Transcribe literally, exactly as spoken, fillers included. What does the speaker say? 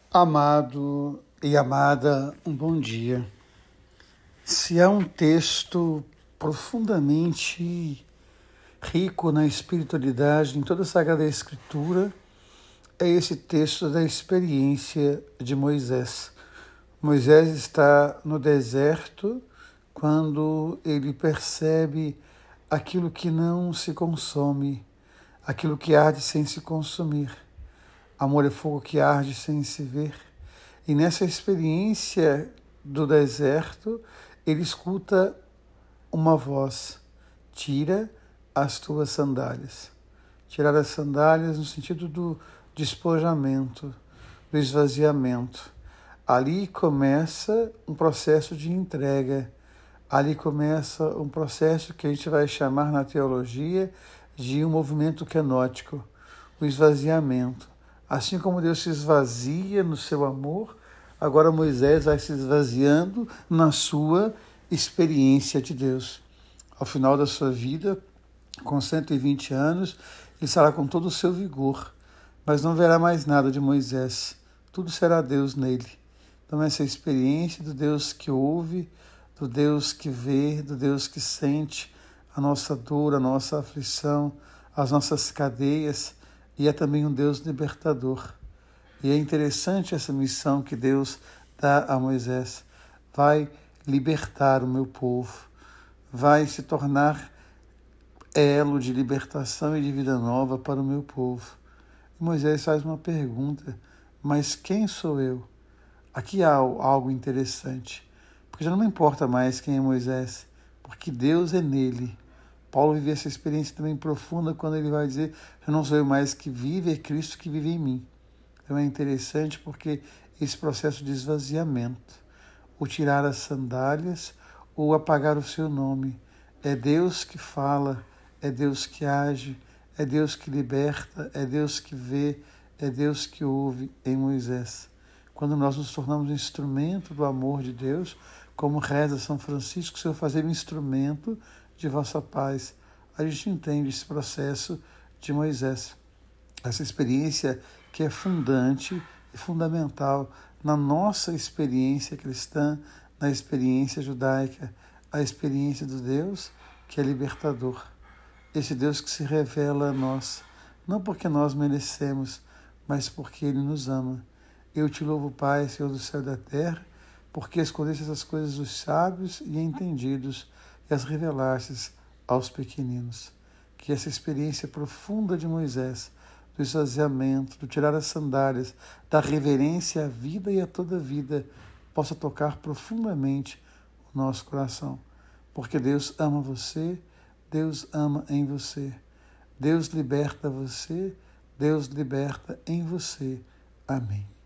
Amado e amada, um bom dia. Se há um texto profundamente rico na espiritualidade, em toda a Sagrada Escritura, é esse texto da experiência de Moisés. Moisés está no deserto quando ele percebe aquilo que não se consome, aquilo que arde sem se consumir. Amor é fogo que arde sem se ver. E nessa experiência do deserto, ele escuta uma voz: tira as tuas sandálias. Tirar as sandálias no sentido do despojamento, do esvaziamento. Ali começa um processo de entrega. Ali começa um processo que a gente vai chamar na teologia de um movimento kenótico, o esvaziamento. Assim como Deus se esvazia no seu amor, agora Moisés vai se esvaziando na sua experiência de Deus. Ao final da sua vida, com cento e vinte anos, ele estará com todo o seu vigor, mas não verá mais nada de Moisés. Tudo será Deus nele. Então essa experiência do Deus que ouve, do Deus que vê, do Deus que sente a nossa dor, a nossa aflição, as nossas cadeias, e é também um Deus libertador. E é interessante essa missão que Deus dá a Moisés. Vai libertar o meu povo, vai se tornar elo de libertação e de vida nova para o meu povo. E Moisés faz uma pergunta: mas quem sou eu? Aqui há algo interessante, porque já não me importa mais quem é Moisés, porque Deus é nele. Paulo vive essa experiência também profunda quando ele vai dizer: eu não sou eu mais que vive, é Cristo que vive em mim. Então é interessante porque esse processo de esvaziamento, o tirar as sandálias ou apagar o seu nome, é Deus que fala, é Deus que age, é Deus que liberta, é Deus que vê, é Deus que ouve em Moisés. Quando nós nos tornamos instrumento do amor de Deus, como reza São Francisco, Senhor, fazer-me instrumento de vossa paz, a gente entende esse processo de Moisés, essa experiência que é fundante e fundamental na nossa experiência cristã, na experiência judaica, a experiência do Deus que é libertador, esse Deus que se revela a nós, não porque nós merecemos, mas porque Ele nos ama. Eu te louvo, Pai, Senhor do céu e da terra, porque escondeste essas coisas dos sábios e entendidos e as revelastes aos pequeninos. Que essa experiência profunda de Moisés, do esvaziamento, do tirar as sandálias, da reverência à vida e a toda a vida, possa tocar profundamente o nosso coração. Porque Deus ama você, Deus ama em você. Deus liberta você, Deus liberta em você. Amém.